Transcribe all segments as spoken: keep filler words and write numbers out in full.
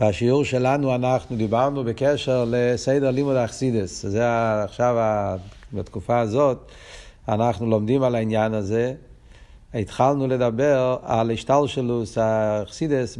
בשיעור שלנו אנחנו דיברנו בקשר לסדר לימוד האחסידס. זה עכשיו, בתקופה הזאת, אנחנו לומדים על העניין הזה. התחלנו לדבר על השתלשלות האחסידס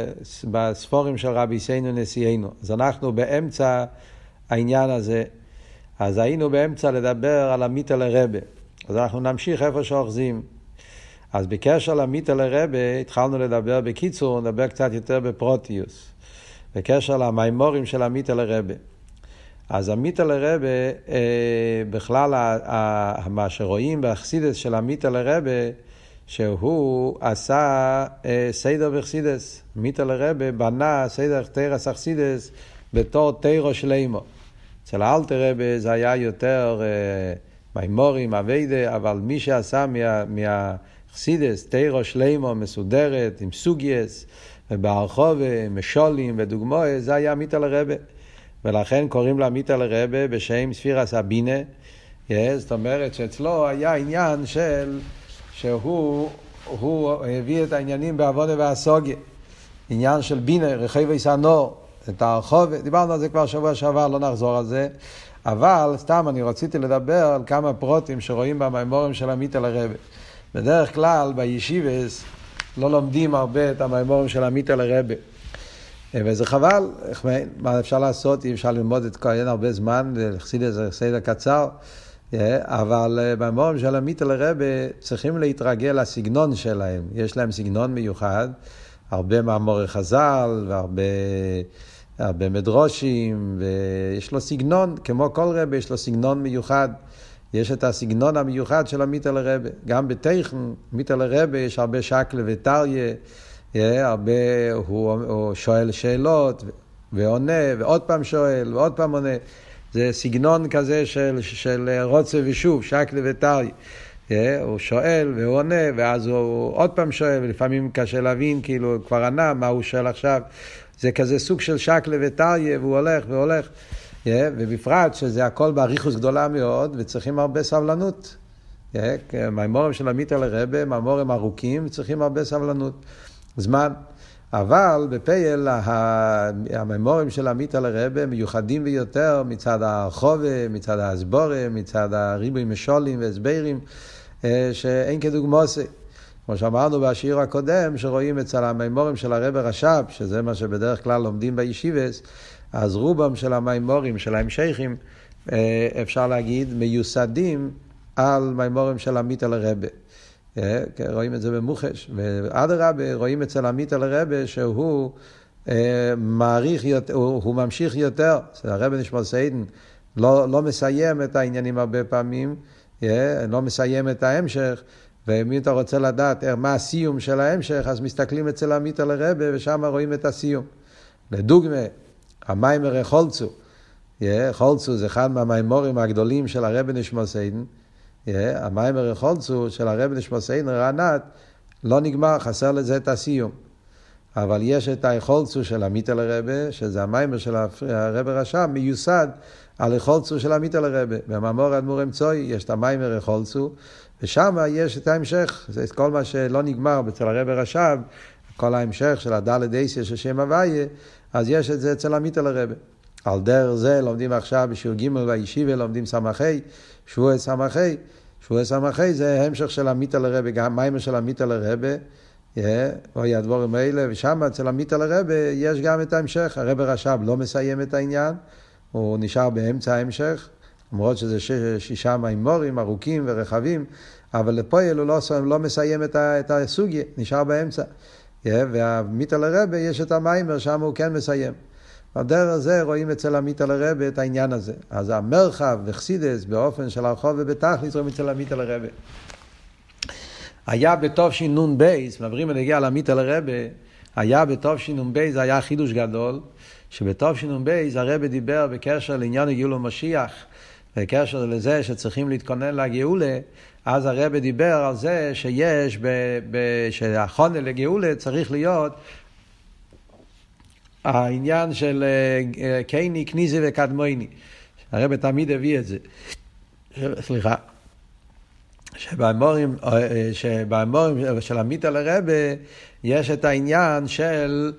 בספורים של רבי סיינו נשיאנו. אז אנחנו באמצע העניין הזה. אז היינו באמצע לדבר על המיטה לרבה. אז אנחנו נמשיך איפה שאוחזים. אז בקשר למיטה לרבה התחלנו לדבר בקיצור, נדבר קצת יותר בפרוטיוס. בקשר למימורים של המיטה לרבה. אז המיטה לרבה, אה, בכלל ה, ה, מה שרואים באחסידס של המיטה לרבה, שהוא עשה אה, סדר באחסידס. מיטה לרבה בנה סדר תרס אחסידס בתור תירו שלימו. אצל האלטר רבה זה היה יותר אה, מימורים, אביידה, אבל מי שעשה מה, מהאחסידס תירו שלימו מסודרת עם סוגייס, ובהרחוב, משולים ודוגמאות, זה היה מיטה לרבה. ולכן קוראים לה מיטה לרבה בשם ספירס הבינה. זאת אומרת שאצלו היה עניין של, שהוא הוא הביא את העניינים בעבודה והסוגיה. עניין של בינה, רחבי סנור, את הרחוב, דיברנו על זה כבר שבוע שעבר, לא נחזור על זה. אבל סתם אני רציתי לדבר על כמה פרוטים שרואים במימורים של המיטה לרבה. בדרך כלל בישיבס, לא לומדים הרבה את המימורים של המיטה לרבה. וזה חבל, מה אפשר לעשות? אי אפשר ללמוד את כל הרבה זמן, לחסידס זה סדר קצר, אבל במימורים של המיטה לרבה צריכים להתרגל לסגנון שלהם. יש להם סגנון מיוחד, הרבה מאמורי חז"ל, והרבה הרבה מדרושים, ויש לו סגנון, כמו כל רבה יש לו סגנון מיוחד. יש את הסגנון המיוחד של המיטה לרבה. גם בטייכן, מיטה לרבה, יש הרבה שקלה וטריה, הרבה, הוא, הוא שואל שאלות, ועונה, ועוד פעם שואל, ועוד פעם עונה. זה סגנון כזה של, של רוצה ושוב, שקלה וטריה. הוא שואל והוא עונה, ואז הוא עוד פעם שואל, ולפעמים קשה להבין, כאילו, הוא כבר ענה, מה הוא שואל עכשיו. זה כזה סוג של שקלה וטריה, והוא הולך והולך. Yeah, ובפרט שזה הכל בעריכות גדולה מאוד וצריכים הרבה סבלנות. Yeah, מימורים של המיטה לרבה, מימורים ארוכים, צריכים הרבה סבלנות, זמן. אבל בפייל המימורים של המיטה לרבה מיוחדים ביותר מצד הרחובה, מצד ההסבורה, מצד הריבוי משולים והסברים, שאין כדוגמוסי. כמו שאמרנו בשיר הקודם, שרואים אצל המימורים של הרב רש"ב, שזה מה שבדרך כלל לומדים בישיבס, אז רובם של המימורים, של ההמשכים, אפשר להגיד, מיוסדים על מימורים של המיטה לרבה. רואים את זה במוחש. ועד הרבה רואים אצל המיטה לרבה שהוא מעריך יותר, הוא, הוא ממשיך יותר. הרב נשמע סיידן לא, לא מסיים את העניינים הרבה פעמים, לא מסיים את ההמשך, ואם אתה רוצה לדעת מה הסיום של ההמשך, אז מסתכלים אצל המיטה לרבה ושם רואים את הסיום. לדוגמה, המיימר חולצו, חולצו זה אחד מהמיימורים הגדולים של הרב נשמע סיידן. המיימר חולצו של הרב נשמע סיידן רענת לא נגמר, חסר לזה את הסיום. אבל יש את החולצו של המיטה לרבה, שזה המיימר של הרב רש"ב, מיוסד על החולצו של המיטה לרבה. במאמר אדמו"ר אמצעי יש את המיימר חולצו, ושם יש את ההמשך, זה כל מה שלא נגמר אצל הרב רש"ב, כל ההמשך של הדלת אייסיה של שם הוויה, אז יש את זה אצל המיטה לרבה. על דרך זה לומדים עכשיו בשיעור ג' בישיבה, לומדים סמכי, שבוע סמכי, שבוע סמכי זה המשך של המיטה לרבה, גם מיימר של המיטה לרבה, או הדברים האלה, ושם אצל המיטה לרבה יש גם את ההמשך. הרב רש"ב לא מסיים את העניין, הוא נשאר באמצע ההמשך, למרות שזה שישה מימורים ארוכים ורחבים, אבל לפועל הוא לא, לא מסיים את, ה, את הסוגיה, נשאר באמצע. Yeah, והמיטה לרבה יש את המיימר, שם הוא כן מסיים. בדרך הזה רואים אצל המיטה לרבה את העניין הזה. אז המרחב וחסידס באופן של הרחוב ובתכלית רואים אצל המיטה לרבה. היה בטוב שינון בייס, מעברים ונגיע למיטה לרבה, היה בטוב שינון בייס, זה היה חידוש גדול, שבטוב שינון בייס הרבה דיבר בקשר לעניין הגאולה משיח, בקשר לזה שצריכים להתכונן לגאולה, אז הרב דיבר על זה שיש, שהחונה לגאולה צריך להיות העניין של קייני, כניסי וקדמויני. הרב תמיד הביא את זה. סליחה. שבאמורים, שבאמורים של המיטה לרבה יש את העניין של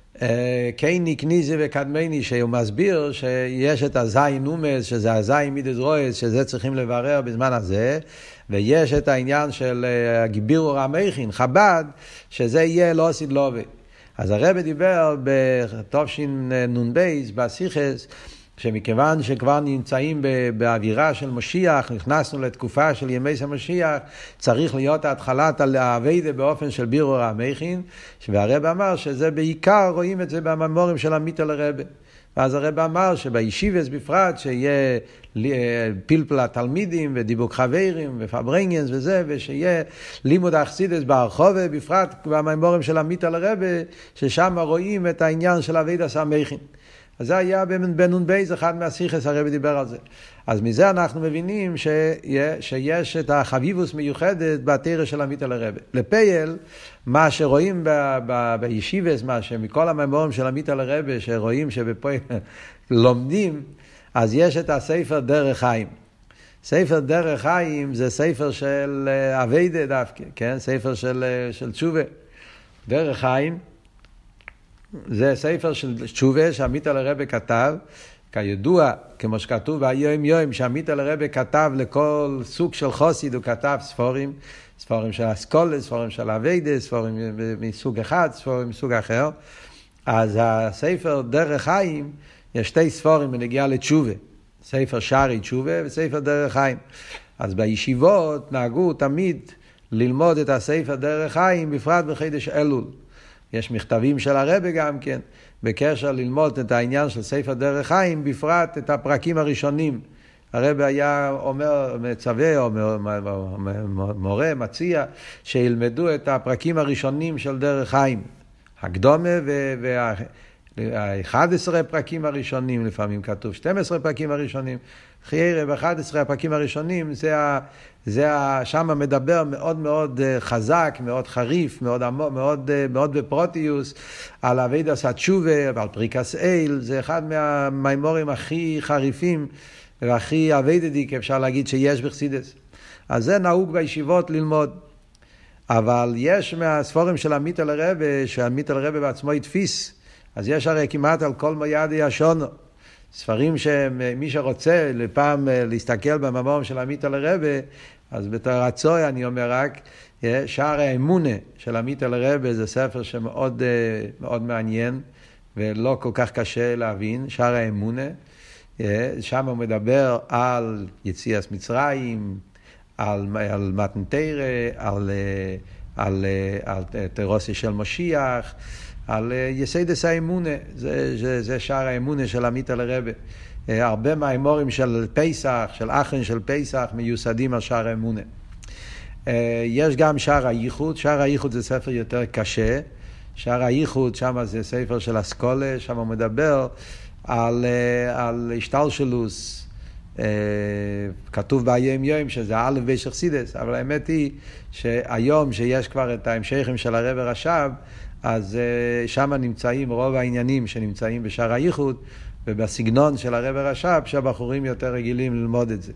קייני כניזי וקדמני, שהוא מסביר שיש את הזין נומס, שזה הזין מידס רויס, שזה צריכים לברר בזמן הזה, ויש את העניין של הגיבירו רמייכין, חב"ד, שזה יהיה לא עשית לא עובד. אז הרב דיבר בתופשין נונבייס, בסיכס, שמכיוון שכבר נמצאים באווירה של משיח, נכנסנו לתקופה של ימי המשיח, צריך להיות התחלת העבודה באופן של בירור המכין, והרב אמר שזה בעיקר רואים את זה בממורים של עמית אל הרב. ואז הרב אמר שבישיבס בפרט שיהיה פלפל התלמידים ודיבוק חברים ופברנגנס וזה, ושיהיה לימוד האחסידס ברחוב בפרט בממורים של עמית אל הרב, ששם רואים את העניין של עבודת המכין. אז זה היה בנון בייז, אחד מהשיחס, הרבי דיבר על זה. אז מזה אנחנו מבינים שיש את החביבוס מיוחדת בתורה של עמית אל הרבי. לפייל, מה שרואים בישיבס, מה שמכל המאמרים של עמית אל הרבי, שרואים שבפייל לומדים, אז יש את הספר דרך חיים. ספר דרך חיים זה ספר של עבודה דווקא, כן? ספר של, של תשובה. דרך חיים, זה ספר של תשובה שעמית אל הרבי כתב, כידוע, כמו שכתוב ביום יום, שעמית אל הרבי כתב לכל סוג של חסיד, הוא כתב ספורים, ספורים של אסכולה, ספורים של עבודה, ספורים מסוג אחד, ספורים מסוג אחר. אז הספר דרך חיים, יש שתי ספורים בנגיעה לתשובה, ספר שערי תשובה וספר דרך חיים. אז בישיבות נהגו תמיד ללמוד את הספר דרך חיים, בפרט בחידש אלול. יש מכתבים של הרבי גם כן, בקשר ללמוד את העניין של ספר דרך חיים, בפרט את הפרקים הראשונים. הרבי היה אומר, מצווה או מורה, מציע, שילמדו את הפרקים הראשונים של דרך חיים. הקדומה וה-אחד עשר פרקים הראשונים, לפעמים כתוב שתים עשרה פרקים הראשונים. חיירה ב-אחד עשר הפרקים הראשונים, זה ה... זה ה... שם מדבר מאוד מאוד חזק, מאוד חריף, מאוד מאוד, מאוד בפרוטיוס, על עבודת התשובה ועל פריקס אל. זה אחד מהמימורים הכי חריפים והכי עבודתיק, אפשר להגיד, שיש בחסידות. אז זה נהוג בישיבות ללמוד. אבל יש מהספורים של עמית אל הרבי, שעמית אל הרבי בעצמו התפיס, אז יש הרי כמעט על כל מיידי השונו. ספרים שמי שרוצה לפעם להסתכל במאמרים של עמית אל הרבי, אז בתרצוי אני אומר רק, שער האמונה של עמית אל הרבי זה ספר שמאוד מאוד מעניין, ולא כל כך קשה להבין, שער האמונה. שם הוא מדבר על יציאת מצרים, על, על מתן תורה, על, על, על תירוסי של משיח, על יסיידס האמונה. זה, זה, זה שער האמונה של עמית אל הרבי. הרבה מהאמורים של פסח, של אחרין של פסח, מיוסדים על שער האמונה. יש גם שער הייחוד. שער הייחוד זה ספר יותר קשה. שער הייחוד, שם זה ספר של אסכולה, שם הוא מדבר על, על השתלשלוס. כתוב ביום יום שזה א' במשך חסידות, אבל האמת היא שהיום שיש כבר את ההמשכים של הרב רש"ב, אז שם נמצאים רוב העניינים שנמצאים בשער הייחוד, ובסגנון של הרב רש"ב שהבחורים יותר רגילים ללמוד את זה.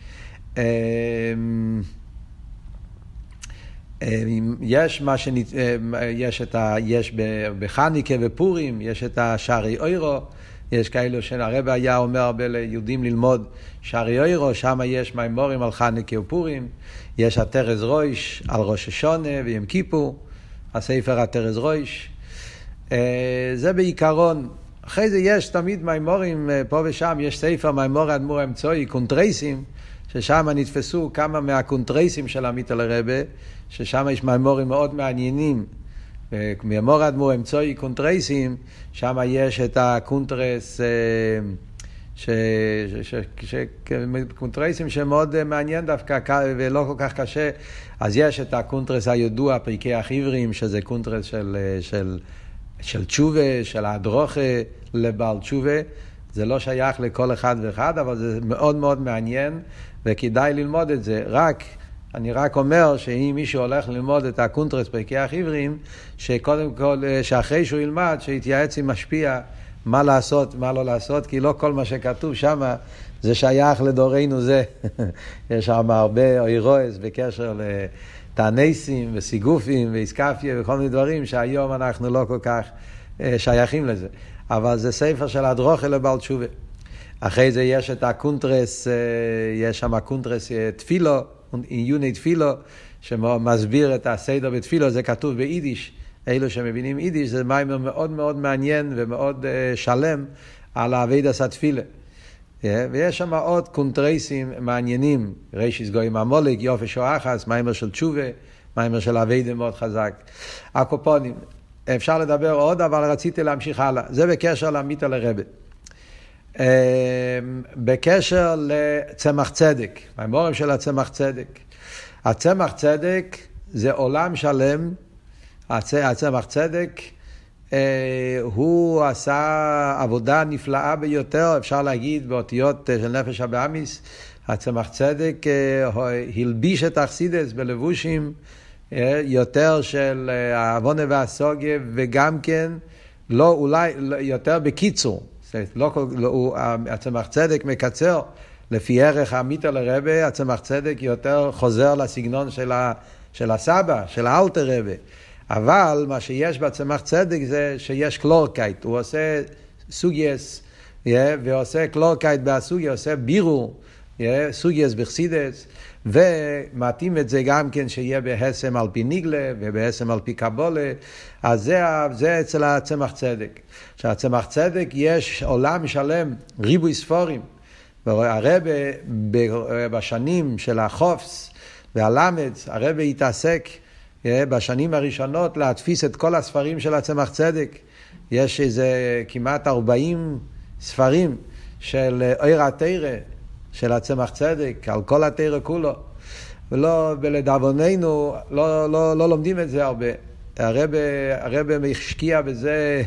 יש מה שנ... יש את ה... יש בחנוכה ופורים, יש את השערי אוירו, יש כאלו שהרב היה אומר הרבה ליהודים ללמוד שערי אוירו, שם יש מימורים על חנוכה ופורים, יש התרס רויש על ראש השונה ויום כיפור, הספר התרס רויש. זה בעיקרון. אחרי זה יש תמיד מימורים פה ושם, יש ספר מימור אדמו"ר אמצעי, קונטרייסים, ששם נתפסו כמה מהקונטרייסים של עמית אל הרבי, ששם יש מימורים מאוד מעניינים. מימור אדמו"ר אמצעי קונטרייסים, שם יש את הקונטרס, ש... ש... ש... קונטרייסים שמאוד מעניין דווקא ולא כל כך קשה. אז יש את הקונטרס הידוע, פרקי החיברים, שזה קונטרס של... של של תשובה, של הדרוכה לבעל תשובה. זה לא שייך לכל אחד ואחד, אבל זה מאוד מאוד מעניין, וכדאי ללמוד את זה. רק, אני רק אומר שאם מישהו הולך ללמוד את הקונטרס פרקי החיברים, שקודם כל, שאחרי שהוא ילמד, שיתייעץ עם משפיע, מה לעשות, מה לא לעשות, כי לא כל מה שכתוב שם, זה שייך לדורנו זה. יש שם הרבה אירועס בקשר ל... תענסים וסיגופים ואיסקפיה וכל מיני דברים שהיום אנחנו לא כל כך שייכים לזה. אבל זה ספר של הדרוכה לבעל תשובה. אחרי זה יש את הקונטרס, יש שם קונטרס תפילו, עיוני תפילו, שמסביר את הסדר בתפילו, זה כתוב ביידיש. אלו שמבינים יידיש, זה מיימר מאוד מאוד מעניין ומאוד שלם על העבודת התפילה. ויש שם עוד קונטרסים מעניינים, רישיס גויים המולק, יופי שואחס, מיימר של תשובה, מיימר של עבודה מאוד חזק. הקופונים, אפשר לדבר עוד, אבל רציתי להמשיך הלאה. זה בקשר למיתה לרבה. בקשר לצמח צדק, המורים של הצמח צדק. הצמח צדק זה עולם שלם, הצמח צדק, הוא עשה עבודה נפלאה ביותר, אפשר להגיד באותיות של נפש הבאמיס, הצמח צדק הלביש את החסידס בלבושים יותר של העוונה והסוגיה, וגם כן לא אולי יותר בקיצור, לא, לא, הצמח צדק מקצר לפי ערך המיתה לרבה, הצמח צדק יותר חוזר לסגנון של, ה, של הסבא, של האלטר רבה. אבל מה שיש בצמח צדק זה שיש קלורקייט, הוא עושה סוגייס, yeah, ועושה קלורקייט בסוגיה, עושה בירור, yeah, סוגייס בחסידס, ומתאים את זה גם כן שיהיה בהסם על פי ניגלה ובהסם על פי קבולה. אז זה, זה אצל הצמח צדק. שהצמח צדק יש עולם שלם, ריבוי ספורים, והרבא בשנים של החופס והלמץ, הרבא התעסק בשנים הראשונות להתפיס את כל הספרים של הצמח צדק. יש איזה כמעט ארבעים ספרים של עיר התורה של הצמח צדק, על כל התורה כולו. ולא, בלדאבוננו, לא, לא, לא לומדים את זה הרבה. הרבא, הרבא משקיע בזה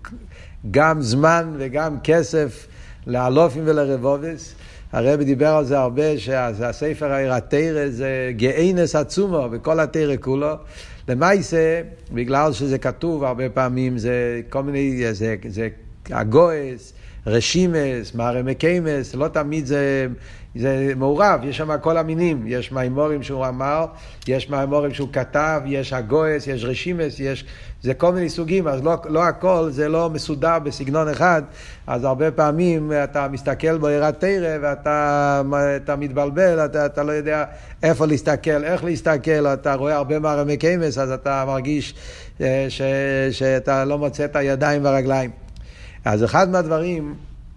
גם זמן וגם כסף לאלופים ולרבובס. הרב דיבר על זה הרבה, שהספר העיר התורה זה גאינס עצומו בכל התורה כולו. למעשה, בגלל שזה כתוב הרבה פעמים, זה כל מיני, זה, זה הגויס, רשימס, מערמקיימס, לא תמיד זה, זה מעורב, יש שם כל המינים, יש מאמורים שהוא אמר, יש מאמורים שהוא כתב, יש הגויס, יש רשימס, יש, זה כל מיני סוגים, אז לא, לא הכל, זה לא מסודר בסגנון אחד, אז הרבה פעמים אתה מסתכל בעירת תורה ואתה אתה מתבלבל, אתה, אתה לא יודע איפה להסתכל, איך להסתכל, אתה רואה הרבה מערמקיימס, אז אתה מרגיש ש, שאתה לא מוצא את הידיים והרגליים. אז אחד מהדברים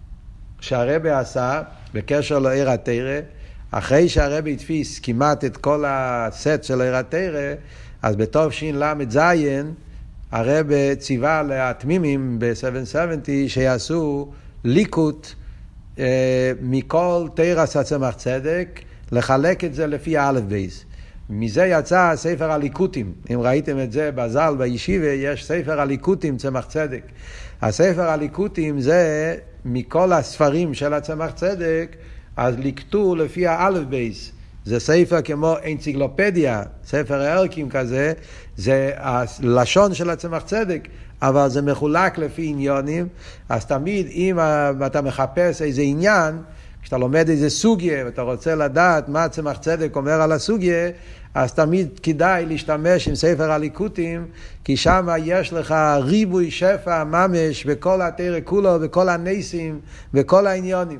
שהרבא עשה בקשר לעיר התורה, אחרי שהרבא התפיס כמעט את כל הסט של עיר התורה, אז בתוף שין למד זיין, הרבא ציווה להתמימים ב-שבע שבעים שיעשו ליקוט אה, מכל תרס הצמח צדק, לחלק את זה לפי האלף בייס. מזה יצא ספר הליקוטים. אם ראיתם את זה בזל, בישיבה, יש ספר הליקוטים, צמח צדק. הספר הליקוטים זה מכל הספרים של הצמח צדק, אז ליקטו לפי האלף בייס. זה ספר כמו אנציקלופדיה, ספר הערכים כזה, זה הלשון של הצמח צדק, אבל זה מחולק לפי עניונים. אז תמיד אם אתה מחפש איזה עניין, כשאתה לומד איזה סוגיה ואתה רוצה לדעת מה הצמח צדק אומר על הסוגיה, אז תמיד כדאי להשתמש עם ספר הליקוטים, כי שם יש לך ריבוי שפע ממש בכל התורה כולו, בכל הניסים, בכל העניונים.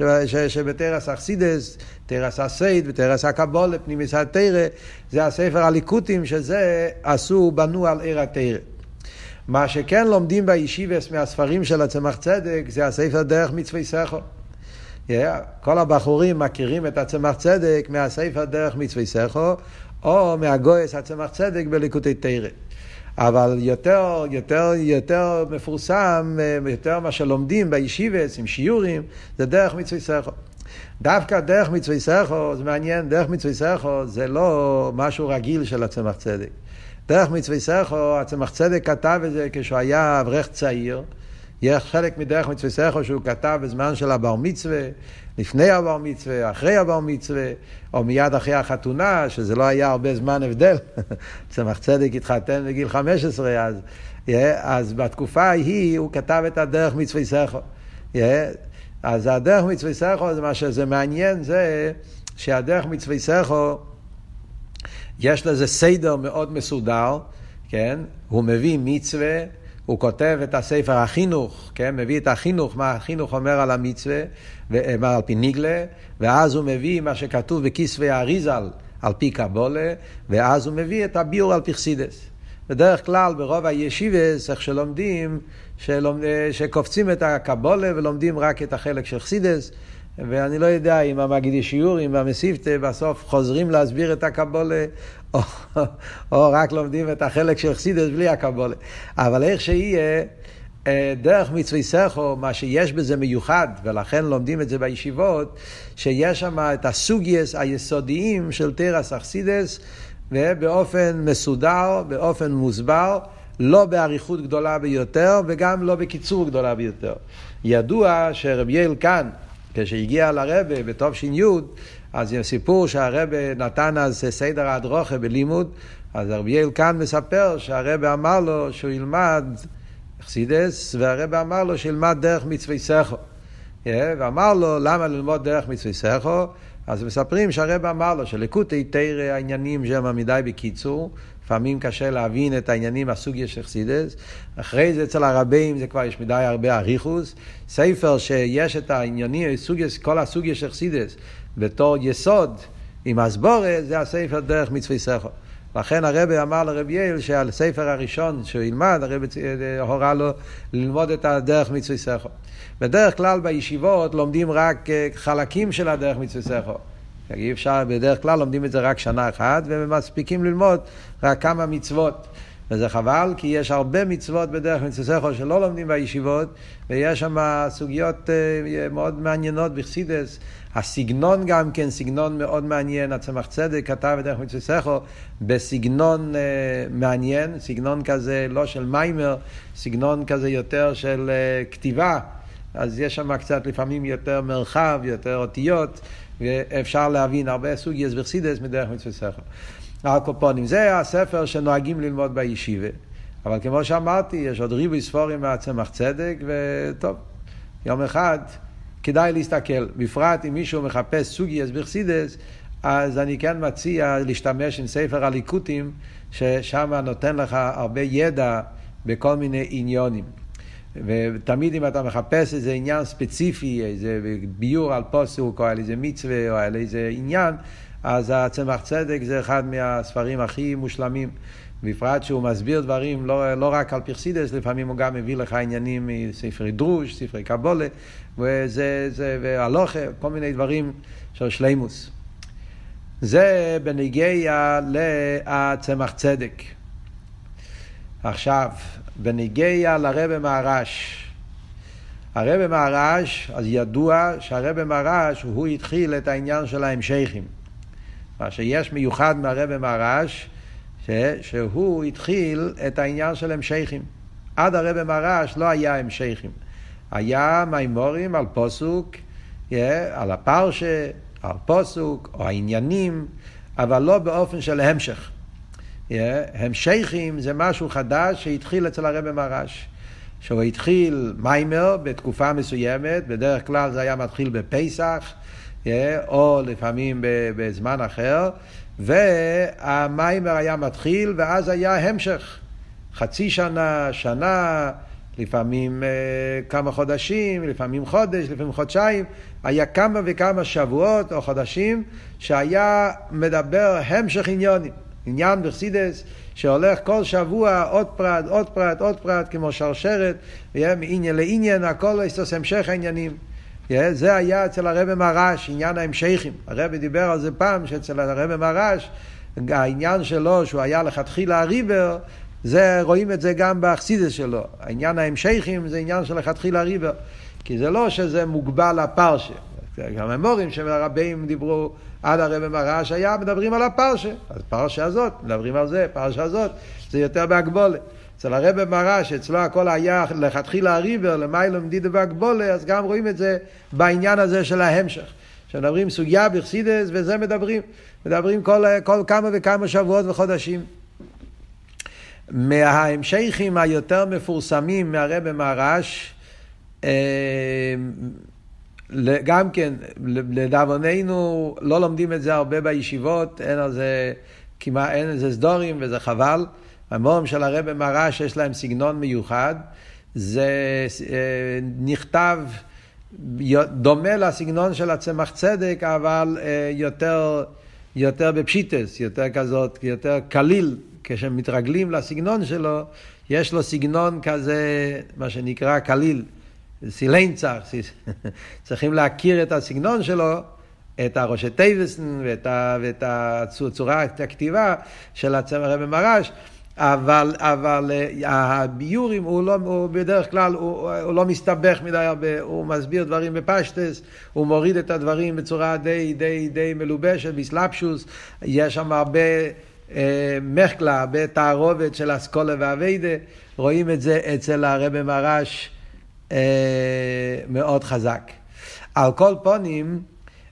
שבתרס החסידס, תרס הסייד ותרס הקבולה, פנימיס התורה, זה הספר הליקוטים שזה עשו, בנו על עיר התורה. מה שכן לומדים בישיבס מהספרים של הצמח צדק, זה הספר דרך מצווי סכו. Yeah, כל הבחורים מכירים את הצמח צדק מהספר דרך מצווי סכו, או מהגויס הצמח צדק בליקוטי תורה. אבל יותר, יותר, יותר מפורסם, יותר מה שלומדים בישיבס עם שיעורים, זה דרך מצווי סכו. דווקא דרך מצווי סכו, זה מעניין, דרך מצווי סכו זה לא משהו רגיל של הצמח צדק. דרך מצווי סכו, הצמח צדק כתב את זה כשהוא היה אברך צעיר. יש חלק מדרך מצווי סכו שהוא כתב בזמן של הבר מצווה, לפני הבר מצווה, אחרי הבר מצווה, או מיד אחרי החתונה, שזה לא היה הרבה זמן הבדל. צמח צדק התחתן בגיל חמש עשרה, אז, אז בתקופה ההיא הוא כתב את הדרך מצווי סכו. אז הדרך מצווי סכו, מה שזה מעניין זה שהדרך מצווי סכו, יש לזה סדר מאוד מסודר, כן? הוא מביא מצווה, הוא כותב את הספר החינוך, כן? מביא את החינוך, מה החינוך אומר על המצווה, ואומר על פי ניגלה, ואז הוא מביא מה שכתוב בכסבי האריזל, על פי קבולה, ואז הוא מביא את הביור על פי חסידס. בדרך כלל ברוב הישיבס, איך שלומדים, שלומד, שקופצים את הקבולה ולומדים רק את החלק של חסידס, ואני לא יודע אם המגידי שיעורים והמסיפתה בסוף חוזרים להסביר את הקבולה, או, או רק לומדים את החלק של חסידס בלי הקבולה. אבל איך שיהיה, דרך מצווי סכו, מה שיש בזה מיוחד, ולכן לומדים את זה בישיבות, שיש שם את הסוגייס היסודיים של תרס החסידס, ובאופן מסודר, באופן מוסבר, לא באריכות גדולה ביותר, וגם לא בקיצור גדולה ביותר. ידוע שרבי יעל כאן, כשהגיע לרבה בתוף שיניוד, אז יש סיפור שהרבה נתן אז סדר הדרוכה בלימוד, אז רבי יעל כאן מספר שהרבה אמר לו שהוא ילמד חסידס, והרבה אמר לו שילמד דרך מצווי סכו. ואמר לו למה ללמוד דרך מצווי סכו, אז מספרים שהרבה אמר לו שלקוטי תרא העניינים שהם מדי בקיצור, לפעמים קשה להבין את העניינים הסוגיה של חסידס, אחרי זה אצל הרבים זה כבר יש מדי הרבה אריכוס, ספר שיש את העניינים, סוגיה, כל הסוגיה של חסידס בתור יסוד עם הסבורה, זה הספר דרך מצווי סכו. לכן הרבי אמר לרבי יעל שעל הספר הראשון שהוא ילמד, הרבי הורה לו ללמוד את הדרך מצווי סכו. בדרך כלל בישיבות לומדים רק חלקים של הדרך מצווי סכו. אי אפשר, בדרך כלל לומדים את זה רק שנה אחת, ומספיקים ללמוד רק כמה מצוות. וזה חבל, כי יש הרבה מצוות בדרך מצווי סכו שלא לומדים בישיבות, ויש שם סוגיות מאוד מעניינות בחסידס. הסגנון גם כן, סגנון מאוד מעניין. הצמח צדק כתב בדרך מצווי סכו בסגנון מעניין, סגנון כזה לא של מיימר, סגנון כזה יותר של כתיבה. אז יש שם קצת לפעמים יותר מרחב, יותר אותיות, ואפשר להבין הרבה סוגיות בחסידס מדרך מצווי סכו. הקופונים, זה הספר שנוהגים ללמוד בישיבה. אבל כמו שאמרתי, יש עוד ריבוי ספורים מהצמח צדק, וטוב, יום אחד כדאי להסתכל. בפרט אם מישהו מחפש סוגיות בחסידס, אז אני כן מציע להשתמש עם ספר הליקוטים, ששם נותן לך הרבה ידע בכל מיני עניונים. ותמיד אם אתה מחפש איזה עניין ספציפי, איזה ביור על פוסוק, או על איזה מצווה, או על איזה עניין, אז הצמח צדק זה אחד מהספרים הכי מושלמים. בפרט שהוא מסביר דברים לא, לא רק על פרסידס, לפעמים הוא גם מביא לך עניינים מספרי דרוש, ספרי קבולה, וזה, זה, והלוכה, כל מיני דברים של שלימוס. זה בנגיע לצמח צדק. עכשיו, בנגיע לרבי מהר"ש. הרבי מהר"ש, אז ידוע שהרבי מהר"ש הוא התחיל את העניין של ההמשכים. מה שיש מיוחד מהרבי מהר"ש, ש... שהוא התחיל את העניין של המשכים. עד הרבי מהר"ש לא היה המשכים. היה מימורים על פוסוק, על הפרשה, על פוסוק, או העניינים, אבל לא באופן של המשך. המשכים זה משהו חדש שהתחיל אצל הרבי מהר"ש. שהוא התחיל מיימר בתקופה מסוימת, בדרך כלל זה היה מתחיל בפסח, או לפעמים בזמן אחר, והמיימר היה מתחיל, ואז היה המשך. חצי שנה, שנה, לפעמים כמה חודשים, לפעמים חודש, לפעמים חודשיים, היה כמה וכמה שבועות או חודשים, שהיה מדבר המשך עניונים. עניין בחסידס שהולך כל שבוע עוד פרט, עוד פרט, עוד פרט, כמו שרשרת, מעניין לעניין, הכל יש המשך העניינים. זה היה אצל הרבי מהר"ש, עניין ההמשכים. הרבי דיבר על זה פעם, שאצל הרבי מהר"ש, העניין שלו, שהוא היה לכתחילה הריבר, זה, רואים את זה גם בחסידס שלו. העניין ההמשכים זה עניין של לכתחילה הריבר. כי זה לא שזה מוגבל לפרשה. גם המורים שהרבים דיברו עד הרבי מהר"ש היה מדברים על הפרשה. אז פרשה הזאת, מדברים על זה, פרשה הזאת, זה יותר בהגבולה. אצל הרבי מהר"ש, אצלו הכל היה לכתחילה הריבר, למיילו מדידה בהגבולה, אז גם רואים את זה בעניין הזה של ההמשך. שמדברים סוגיה בחסידס, וזה מדברים. מדברים כל, כל כמה וכמה שבועות וחודשים. מההמשכים היותר מפורסמים מהרבי מהר"ש, גם כן, לדאבוננו, לא לומדים את זה הרבה בישיבות, אין על זה, כמעט אין על זה סדורים, וזה חבל, המאמרים של הרב מרש יש להם סגנון מיוחד, זה נכתב דומה לסגנון של הצמח צדק, אבל יותר, יותר בפשיטס, יותר כזאת, יותר קליל, כשמתרגלים לסגנון שלו, יש לו סגנון כזה, מה שנקרא קליל, סילנצח, צריכים להכיר את הסגנון שלו, את הראשי טייבסן ואת, ואת הצורה, את הכתיבה של הרב מרש, אבל, אבל הביורים הוא, לא, הוא בדרך כלל הוא, הוא לא מסתבך מדי הרבה, הוא מסביר דברים בפשטס, הוא מוריד את הדברים בצורה די, די, די מלובשת, בסלאפשוס, יש שם הרבה אה, מחקלה, הרבה תערובת של אסכולה והווידה, רואים את זה אצל הרב מרש אה, מאוד חזק. על כל פונים,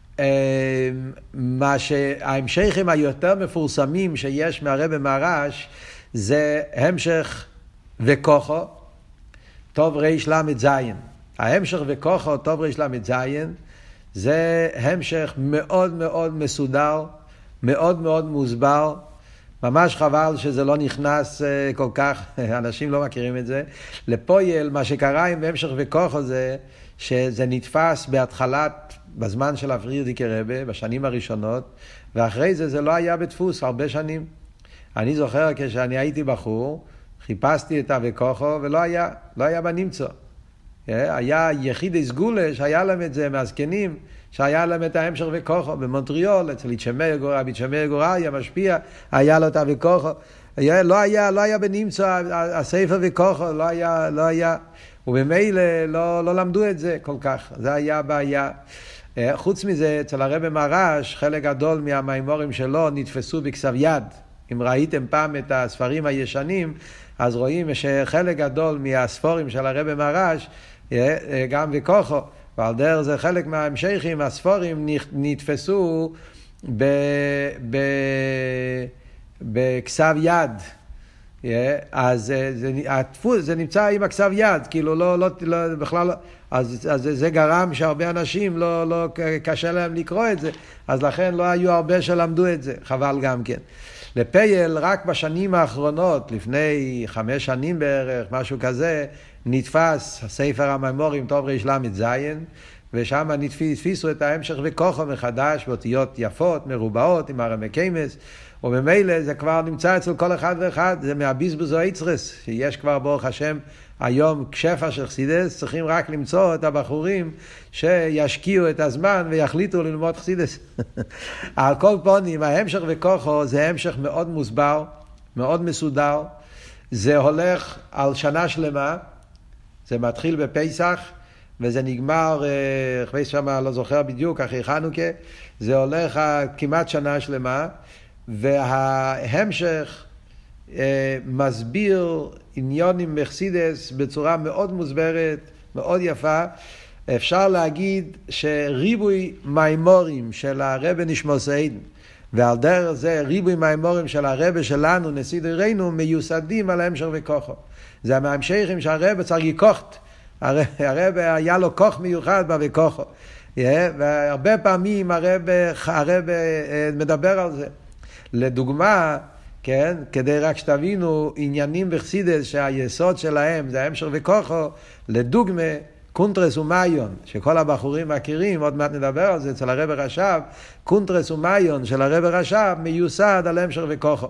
מה שההמשכים היותר מפורסמים שיש מהרב מרש זה המשך וכוחו טוב ריש למד זין. ההמשך וכוחו טוב ריש למד זין זה המשך מאוד מאוד מסודר, מאוד מאוד מוסבר, ממש חבל שזה לא נכנס כל כך, אנשים לא מכירים את זה. לפועל מה שקרה עם המשך וכוחו זה שזה נתפס בהתחלת, בזמן של הפרידיקי רבה, בשנים הראשונות, ואחרי זה זה לא היה בדפוס הרבה שנים. אני זוכר כשאני הייתי בחור, חיפשתי את הווקוחו ולא היה, לא היה בנמצא. היה יחידי סגולה שהיה להם את זה מהזקנים, שהיה להם את ההמשך וקוחו במונטריאול, אצל איצ'מר גורא, איצ'מר גורא היה משפיע, היה לו את הווקוחו. לא היה, לא היה בנמצא, הספר וקוחו, לא היה, לא היה. ובמילא לא, לא למדו את זה כל כך, זה היה בעיה. חוץ מזה, אצל הרב מרש, חלק גדול מהמיימורים שלו נתפסו בכסב יד. אם ראיתם פעם את הספרים הישנים, אז רואים שחלק גדול מהספורים של הרב מרש, גם וכוחו, ועל דרך זה חלק מההמשכים, הספורים נתפסו ב, ב, בכסב יד. Yeah, אז זה, זה, זה נמצא עם הכסב יד, כאילו לא, לא, לא, בכלל לא, אז, אז זה גרם שהרבה אנשים לא, לא קשה להם לקרוא את זה, אז לכן לא היו הרבה שלמדו את זה, חבל גם כן. לפייל רק בשנים האחרונות, לפני חמש שנים בערך, משהו כזה, נתפס ספר המיימורים טוב ריש למד זין, ושם נתפיסו את ההמשך וכוחו מחדש, באותיות יפות, מרובעות, עם הרמי קיימס, וממילא זה כבר נמצא אצל כל אחד ואחד, זה מהביזבוז היצרס, שיש כבר ברוך השם היום שפע של חסידס, צריכים רק למצוא את הבחורים שישקיעו את הזמן ויחליטו ללמוד חסידס. על כל פונים, ההמשך וכוחו זה המשך מאוד מוסבר, מאוד מסודר, זה הולך על שנה שלמה, זה מתחיל בפסח, וזה נגמר, אחרי שמה לא זוכר בדיוק, אחרי חנוכה, זה הולך כמעט שנה שלמה, וההמשך אה, מסביר עניונים מחסידס בצורה מאוד מוסברת, מאוד יפה. אפשר להגיד שריבוי מיימורים של הרב נשמור סעידן, ועל דרך זה ריבוי מיימורים של הרב שלנו, נשיא דורנו, מיוסדים על ההמשך וכוחו. זה המהמשכים שהרב צריך לקוחת. הרב, הרב היה לו כוח מיוחד בווכוחו. Yeah, והרבה פעמים הרב, הרב מדבר על זה. לדוגמה, כן, כדי רק שתבינו עניינים בחסידס שהיסוד שלהם זה ההמשך וכוחו, לדוגמה, קונטרס ומאיון, שכל הבחורים מכירים, עוד מעט נדבר על זה אצל הרב רש"ב, קונטרס ומאיון של הרב רש"ב מיוסד על ההמשך וכוחו.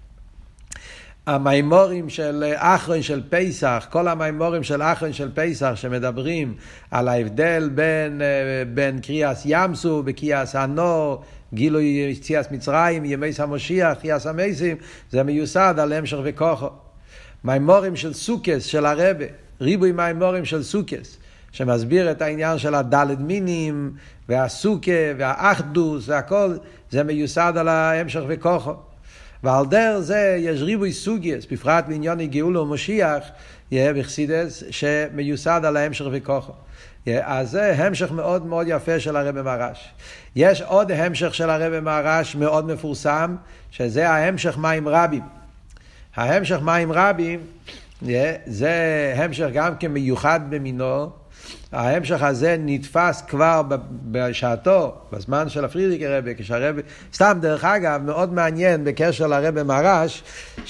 המיימורים של אחרון של פסח, כל המיימורים של אחרון של פסח שמדברים על ההבדל בין, בין קריאס ימסו בקריאס הנור, גילוי יציאת מצרים, ימי המשיח, קריאס המסים, זה מיוסד על המשך וכוחו. מיימורים של סוכס של הרבה, ריבוי מיימורים של סוכס, שמסביר את העניין של הדלת מינים והסוכה והאחדוס והכל, זה מיוסד על המשך וכוחו. ועל דרך זה יש ריבוי סוגיות, בפרט בעניין גאולה ומשיח, בחסידס, שמיוסד על ההמשך וכוחו. אז זה המשך מאוד מאוד יפה של הרב מרש. יש עוד המשך של הרב מרש מאוד מפורסם, שזה ההמשך מים רבים. ההמשך מים רבים זה המשך גם כמיוחד במינו. ההמשך הזה נתפס כבר בשעתו, בזמן של הפרידיקי רבי, כשהרבי, סתם דרך אגב, מאוד מעניין בקשר לרבי מרש,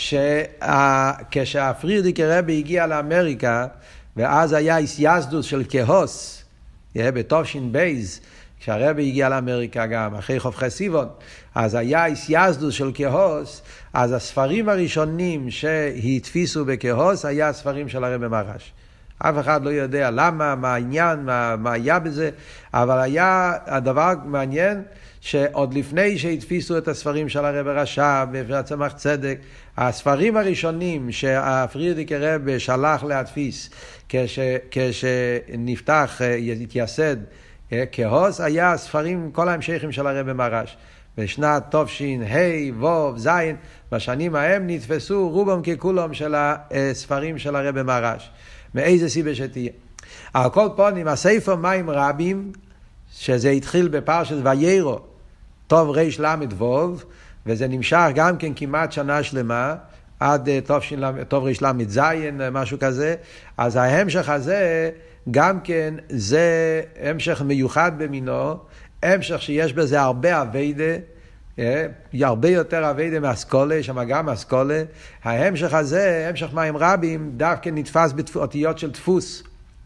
שכשהפרידיקי רבי הגיע לאמריקה, ואז היה איסייסדוס של כהוס, בתופשין בייז, כשהרבי הגיע לאמריקה גם, אחרי חופכי סיבון, אז היה איסייסדוס של כהוס, אז הספרים הראשונים שהתפיסו בכהוס, היה הספרים של הרבי מרש. אף אחד לא יודע למה, מה העניין, מה, מה היה בזה, אבל היה הדבר מעניין שעוד לפני שהתפיסו את הספרים של הרב רש"ב והצמח צדק, הספרים הראשונים שהפרידיקי רבי שלח להדפיס כש, כשנפתח, התייסד כהוס, היה ספרים, כל ההמשכים של הרב מרש. בשנת תופשין, ה' ו' ז', בשנים ההם נתפסו רובם ככולם של הספרים של הרב מרש. מאיזה סיבה שתהיה. על כל פנים, הספר מים רבים, שזה התחיל בפרשת ויירו, טוב ריש למד ווב, וזה נמשך גם כן כמעט שנה שלמה, עד טוב ריש למד זין, משהו כזה, אז ההמשך הזה, גם כן, זה המשך מיוחד במינו, המשך שיש בזה הרבה עבודה, הרבה יותר עבודה מהסקולה, שם גם הסקולה. ההמשך הזה, המשך מים רבים, דווקא נתפס באותיות של דפוס.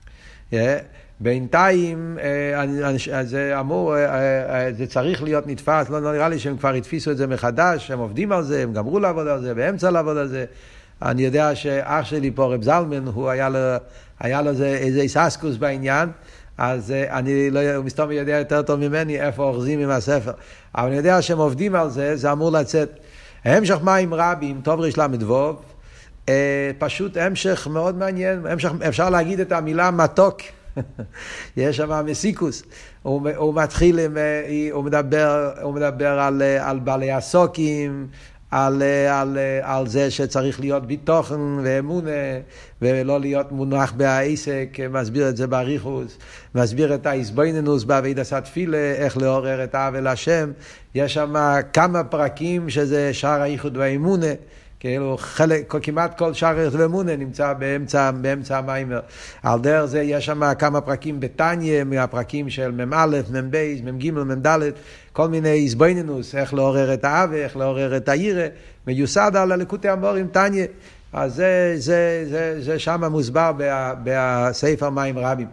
בינתיים זה אמור, זה צריך להיות נתפס, לא נראה לי שהם כבר התפיסו את זה מחדש, הם עובדים על זה, הם גמרו לעבוד על זה, באמצע לעבוד על זה. אני יודע שאח שלי פה, רב זלמן, הוא היה לו, היה לו איזה איססקוס בעניין, אז אני לא, הוא מסתום יודע יותר טוב ממני איפה אוחזים עם הספר. אבל אני יודע שהם עובדים על זה, זה אמור לצאת. המשך מים רבים, טוב ריש למד ווב, פשוט המשך מאוד מעניין, המשך, אפשר להגיד את המילה מתוק. יש שם מסיקוס. הוא, הוא מתחיל, הוא מדבר, הוא מדבר על, על בעלי הסוקים, על, על, על זה שצריך להיות ביטוחן ואמונה, ולא להיות מונח בעסק, מסביר את זה באריכוס, מסביר את ההסבוינינוס בעבודת התפילה, איך לעורר את האב אל השם. יש שם כמה פרקים שזה שער הייחוד והאמונה, כאילו חלק, כמעט כל שער הייחוד והאמונה נמצא באמצע, באמצע המיימר. על דרך זה יש שם כמה פרקים בתניה, מהפרקים של מם א', מם ב', מם ג', מם ד', כל מיני הסבוינינוס, איך לעורר את האב, איך לעורר את הירא, מיוסד על הליקוטי המורים תניה. אז זה, זה, זה, זה שם מוסבר בספר מים רבים.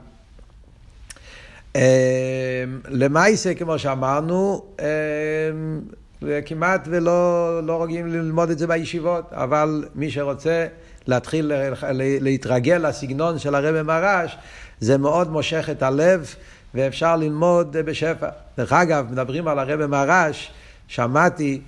למעשה, כמו שאמרנו, כמעט ולא לא רוגעים ללמוד את זה בישיבות, אבל מי שרוצה להתחיל להתרגל לסגנון של הרב מרש, זה מאוד מושך את הלב, ואפשר ללמוד בשפע. דרך אגב, מדברים על הרב מרש, שמעתי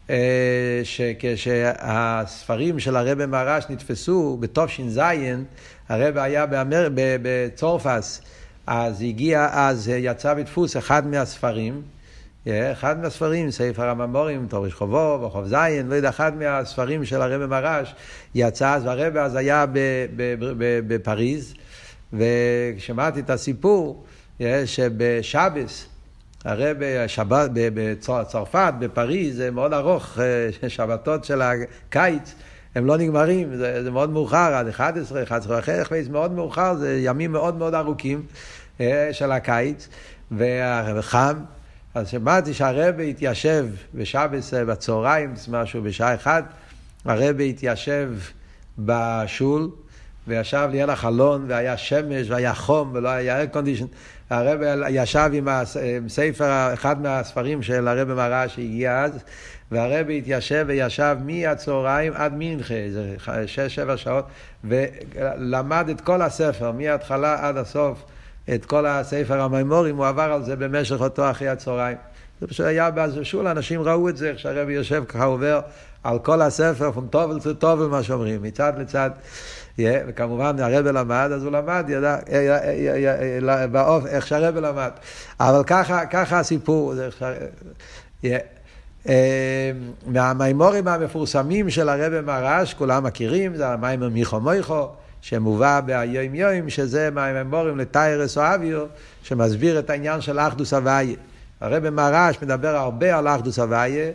שכשהספרים של הרב מרש נתפסו בתופשין זין, הרב היה באמר... בצורפס, אז הגיע, אז יצא בדפוס אחד מהספרים, אחד מהספרים, ספר הממורים, תורש חובו וחוב זין, לא יודע, אחד מהספרים של הרב מרש יצא, אז והרב אז היה בפריז, ושמעתי את הסיפור, שבשבס, הרב שבת בצרפת, בפריז, זה מאוד ארוך, שבתות של הקיץ, הם לא נגמרים, זה, זה מאוד מאוחר, עד אחת עשרה, אחת עשרה אחרי, זה מאוד מאוחר, זה ימים מאוד מאוד ארוכים של הקיץ, וחם. אז שמעתי שהרב התיישב בשבס בצהריים, משהו בשעה אחת, הרב התיישב בשול, וישב ליד החלון, והיה שמש, והיה חום, ולא היה air condition. הרב ישב עם הספר, אחד מהספרים של הרב מרש שהגיע אז, והרב התיישב וישב מהצהריים עד מנחה, זה שש, שבע שעות, ולמד את כל הספר, מההתחלה עד הסוף, את כל הספר המיימורים, הוא עבר על זה במשך אותו אחרי הצהריים. זה פשוט היה בשול, אנשים ראו את זה, כשהרב יושב ככה עובר על כל הספר, from טובל to טובל, מה שאומרים, מצד לצד, yeah, וכמובן הרב למד, אז הוא למד, ידע, באופן, איך שהרב למד. אבל ככה, ככה הסיפור, זה איך שהרב... Yeah. מהמיימורים המפורסמים של הרב מרש, כולם מכירים, זה המיימר מיכו מויכו, שמובא ביום יום, שזה מהמיימורים לתיירס או אוויר, שמסביר את העניין של אחדוס הוויה. הרב מרש מדבר הרבה על אחדוס הוויה,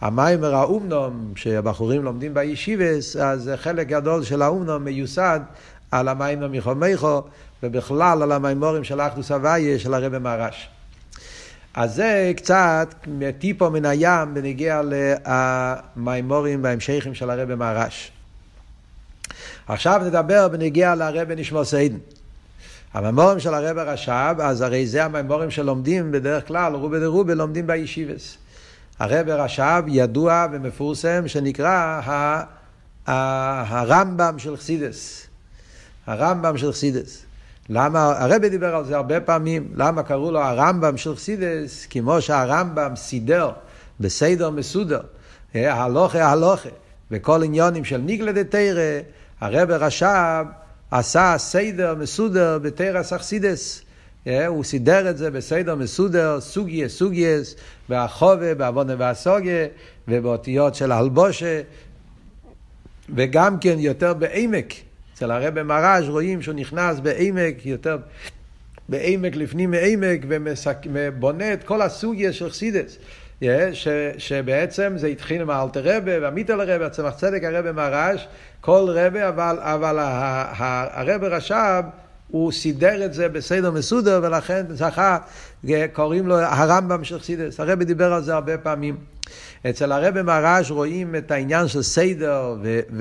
המיימר האומנום, שהבחורים לומדים בישיבס, אז חלק גדול של האומנום מיוסד על המיימר מחומייכו, ובכלל על המיימורים של אחדוס הוויה של הרב מהר"ש. אז זה קצת טיפו מן הים בנגיע למיימורים בהמשכים של הרב מהר"ש. עכשיו נדבר בנגיע לרב נשמוס עדן. המיימורים של הרב רש"ב, אז הרי זה המיימורים שלומדים בדרך כלל, רובה דרובה לומדים בישיבס. הרב רש"ב ידוע ומפורסם שנקרא הרמב"ם של חסידס. הרמב"ם של חסידס. למה, הרב דיבר על זה הרבה פעמים, למה קראו לו הרמב"ם של חסידס? כמו שהרמב"ם סידר בסדר מסודר, הלוכה הלוכה, וכל עניונים של ניגלה דתירה, הרב רש"ב עשה סדר מסודר בתירס החסידס. הוא סידר את זה בסדר מסודר, סוגיה סוגייס, בהחובה, בעוונה והסוגיה, ובאותיות של הלבושה, וגם כן יותר בעמק. אצל הרב מהר"ש רואים שהוא נכנס בעמק, יותר בעמק לפנים מעמק, ובונה את כל הסוגיה של חסידס. ש, שבעצם זה התחיל עם האלטר רבי והמיטל רבי, הצמח צדק הרבי מהר"ש, כל רבי, אבל, אבל הרבי רש"ב הוא סידר את זה בסדר מסודר, ולכן זכה, קוראים לו הרמב"ם של חסידס. הרבי דיבר על זה הרבה פעמים. אצל הרבי מהר"ש רואים את העניין של סדר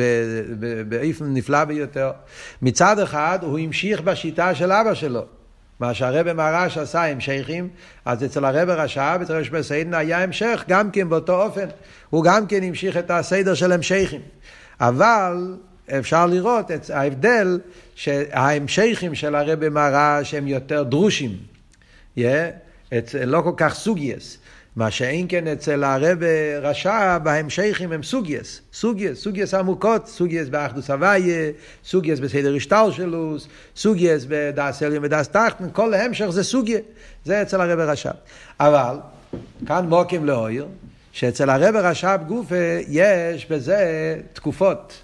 באופן נפלא ביותר. מצד אחד הוא המשיך בשיטה של אבא שלו, מה שהרבי מהר"ש עשה המשכים, אז אצל הרבי רש"ב, אצל רבי נשמוס עדן היה המשך גם כן באותו אופן. הוא גם כן המשיך את הסדר של המשכים. אבל אפשר לראות את ההבדל שההמשכים של הרבי מהר"ש הם יותר דרושים. Yeah? לא כל כך סוגייס. מה שאין כן אצל הרבי רש"ב, ההמשכים הם סוגייס. סוגייס, סוגייס עמוקות, סוגייס באחדוס הוויה, סוגייס בסדר השתלשלוס, סוגייס בדאס עליון ודאס תחתון, כל ההמשך זה סוגיה. זה אצל הרבי רש"ב. אבל, כאן מוקים להויר, שאצל הרבי רש"ב גופה יש בזה תקופות.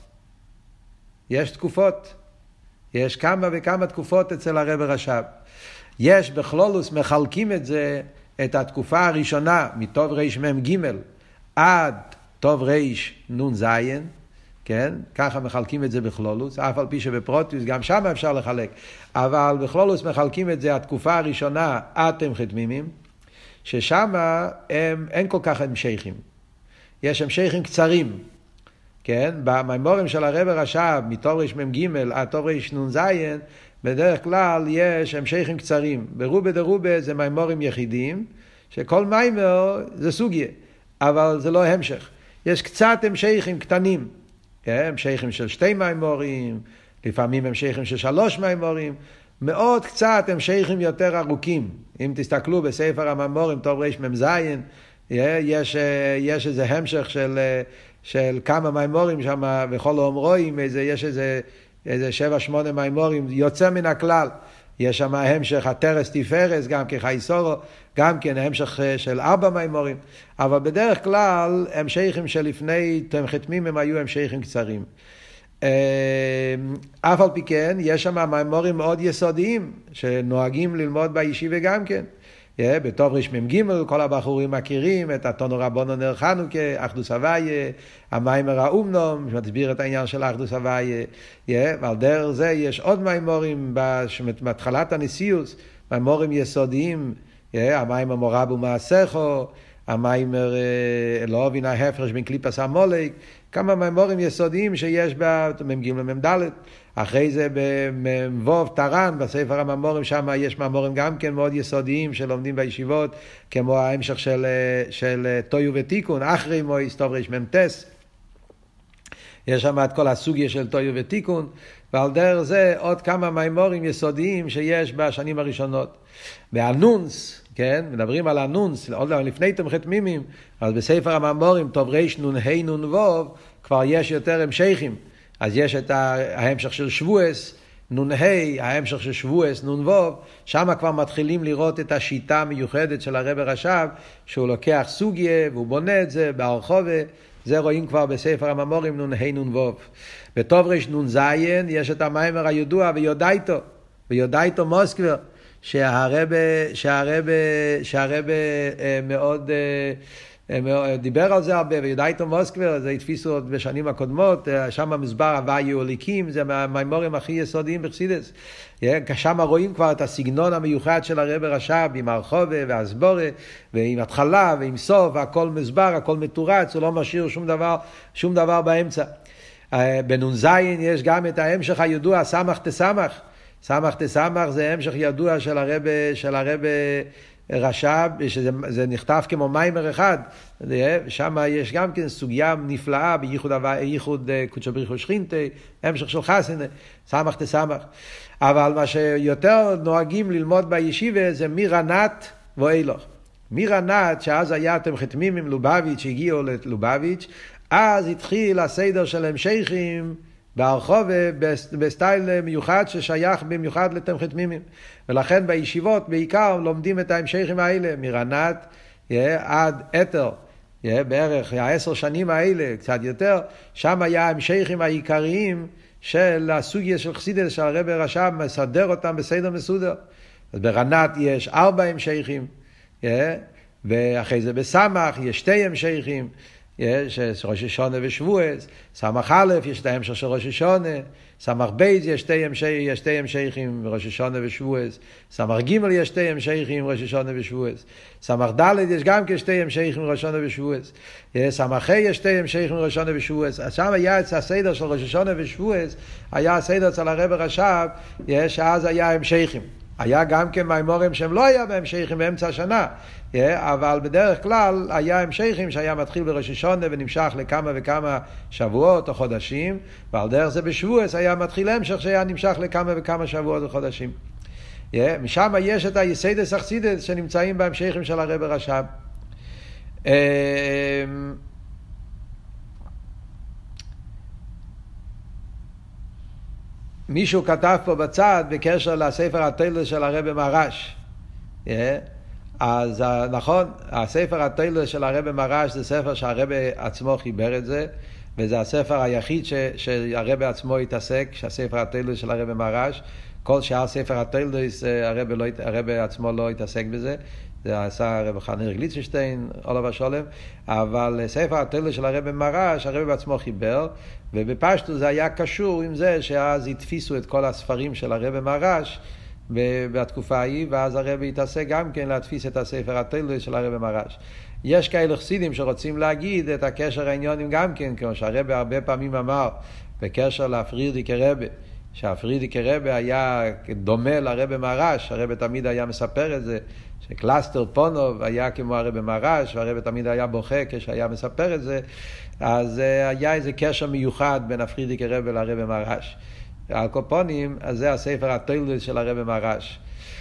יש תקופות. יש כמה וכמה תקופות אצל הרבי רש"ב. יש בכלולוס מחלקים את זה, את התקופה הראשונה מטוב ריש מם ג' עד טוב ריש נון זיין, כן? ככה מחלקים את זה בכלולוס, אף על פי שבפרוטיוס גם שם אפשר לחלק, אבל בכלולוס מחלקים את זה התקופה הראשונה עד תמחת מימים, ששם הם, אין כל כך המשכים. יש המשכים קצרים, כן? במיימורים של הרבי רש"ב מטוב ריש מם ג' עד טוב ריש נון זיין, בדרך כלל יש המשכים קצרים. ברובה דרובה זה מיימורים יחידים, שכל מיימר זה סוגיה, אבל זה לא המשך. יש קצת המשכים קטנים, המשכים של שתי מיימורים, לפעמים המשכים של שלוש מיימורים, מאוד קצת המשכים יותר ארוכים. אם תסתכלו בספר המיימורים, טוב ריש מם זיין, יש, יש איזה המשך של, של כמה מיימורים שם, וכל אומרואים, יש איזה איזה שבע שמונה מיימורים יוצא מן הכלל. יש שם המשך התרס תפארס, גם כחייסורו, גם כן המשך של ארבע מיימורים, אבל בדרך כלל המשכים שלפני תמחתמים הם היו המשכים קצרים. אף על פי כן יש שם מיימורים מאוד יסודיים שנוהגים ללמוד בישיבה גם כן. בטוב ריש מם ג' כל הבחורים מכירים את התונו רבונו נר חנוכה, אחדוס הוויה, המיימר האומנום שמסביר את העניין של אחדוס הוויה, ועל דרך זה יש עוד מיימורים בהתחלת הנשיאוס, מיימורים יסודיים, המיימר מורב ומעשךו, המיימר לא הבין ההפרש בין קליפס המולק, כמה מיימורים יסודיים שיש במ"ג ומ"ד. אחרי זה במבוב טרן, בספר המאמורים שם יש מאמורים גם כן מאוד יסודיים שלומדים בישיבות, כמו ההמשך של, של טויו ותיקון, אחרי מויס טוב ריש ממתס. יש שם את כל הסוגיה של טויו ותיקון, ועל דרך זה עוד כמה מאמורים יסודיים שיש בשנים הראשונות. באנונס, כן, מדברים על אנונס, עוד לפני תמחת מימים, אז בספר המאמורים טוב ריש נון ה' נון ווב, כבר יש יותר המשכים. אז יש את ההמשך של שבועס, נון ה', ההמשך של שבועס, נון ווב, שם כבר מתחילים לראות את השיטה המיוחדת של הרבי רש"ב, שהוא לוקח סוגיה והוא בונה את זה בהרחבה, זה רואים כבר בספר המאמורים נון ה' נון ווב. בטוב ריש נון זיין יש את המיימר הידוע ויודאיתו, ויודאיתו מוסקבר, שהרבי, שהרבי, שהרבי מאוד דיבר על זה הרבה, ויודעיתו מוסקבר, זה התפיסו עוד בשנים הקודמות, שם מסבר הוויו הליקים, זה מהמימורים הכי יסודיים בחסידות. שם רואים כבר את הסגנון המיוחד של הרב רש"ב, עם הרחובה והסבורה, ועם התחלה ועם סוף, והכל מסבר, הכל מתורץ, הוא לא משאיר שום דבר, שום דבר באמצע. בנ"ז יש גם את ההמשך הידוע, סמך תסמך. סמך תסמך זה המשך ידוע של הרב, של הרב רש"ב, שזה נכתב כמו מיימר אחד, שם יש גם כן סוגיה נפלאה בייחוד, ייחוד קודשא בריך הוא שכינתה, המשך של חסן, סמך תסמך. אבל מה שיותר נוהגים ללמוד בישיבה זה מירנת ואילוך. מירנת, שאז היה אתם חתמים עם לובביץ', שהגיעו ללובביץ', אז התחיל הסדר של המשכים בהרחוב בסטייל מיוחד ששייך במיוחד לתמחת מימים. ולכן בישיבות בעיקר לומדים את ההמשכים האלה, מרנת עד אתר, בערך העשר שנים האלה, קצת יותר, שם היה ההמשכים העיקריים של הסוגיה של חסידות של הרב רש"ב, מסדר אותם בסדר מסודר. אז ברנת יש ארבע המשכים, ואחרי זה בסמך יש שתי המשכים, יש ראש השונה ושבועס, סמך א' יש את ההמשך של ראש השונה, סמך בייז יש שתי המשכים, יש שתי המשכים ראש השונה ושבועס, סמך ג' יש שתי המשכים ראש השונה ושבועס, סמך ד' יש גם כשתי המשכים ראש השונה ושבועס, סמך ה' יש שתי המשכים ראש השונה ושבועס. עכשיו היה את הסדר של ראש השונה ושבועס, היה הסדר אצל הרב רש"ב, שאז היה המשכים. היה גם כן מימורים שהם לא היה בהמשכים באמצע השנה, אבל בדרך כלל היה המשכים שהיה מתחיל בראש השונה ונמשך לכמה וכמה שבועות או חודשים, ועל דרך זה בשבועס היה מתחיל המשך שהיה נמשך לכמה וכמה שבועות או חודשים. משם יש את היסודות החסידות שנמצאים בהמשכים של הרב רש"ב. מישהו כתב פה בצד בקשר לספר התורה של הרב מרש. אז נכון, הספר התורה של הרב מרש זה ספר שהרב עצמו חיבר את זה, וזה הספר היחיד ש, שהרב עצמו התעסק, שהספר התורה של הרב מרש. כל שאר ספר התורה הרב, לא, הרב עצמו לא התעסק בזה, זה עשה הרב חניר גליצנשטיין, עולב השולם, אבל ספר התורה של הרב מרש, הרב בעצמו חיבר, ובפשטו זה היה קשור עם זה שאז התפיסו את כל הספרים של הרב מרש בתקופה ההיא, ואז הרב התעסק גם כן להתפיס את הספר התורה של הרב מרש. יש כאלה חסידים שרוצים להגיד את הקשר העניונים גם כן, כמו שהרב הרבה פעמים אמר, בקשר לפרידיקי רבי, שהפרידיקי רבי היה דומה לרב מרש, הרב תמיד היה מספר את זה, שקלאסטר פונוב היה כמו הרב מרש, והרב תמיד היה בוכה כשהיה מספר את זה, אז היה איזה קשר מיוחד בין הפרידיקי רבי לרב מרש. על קופונים, אז זה הספר התורה של הרב מרש.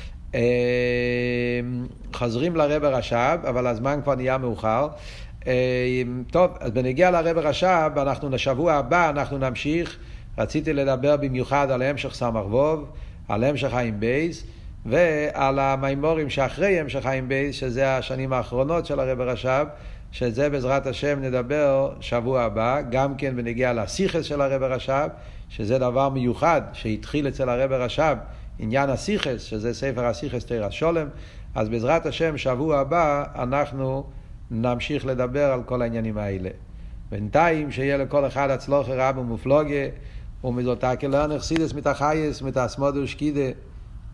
חוזרים לרב רש"ב, אבל הזמן כבר נהיה מאוחר. טוב, אז בנגיע לרב רש"ב, אנחנו לשבוע הבא, אנחנו נמשיך. רציתי לדבר במיוחד על המשך סמך ווב, על המשך חיים בייס, ועל המימורים שאחרי המשך חיים בייס, שזה השנים האחרונות של הרב רש"ב, שזה בעזרת השם נדבר שבוע הבא, גם כן בנגיע לסיכס של הרב רש"ב, שזה דבר מיוחד שהתחיל אצל הרב רש"ב, עניין הסיכס, שזה ספר הסיכס תורה שולם. אז בעזרת השם שבוע הבא אנחנו נמשיך לדבר על כל העניינים האלה. בינתיים שיהיה לכל אחד הצלחה רבה ומופלגה, ומזאת כלנו חסידות מתחייס מתעצמות ושקידה.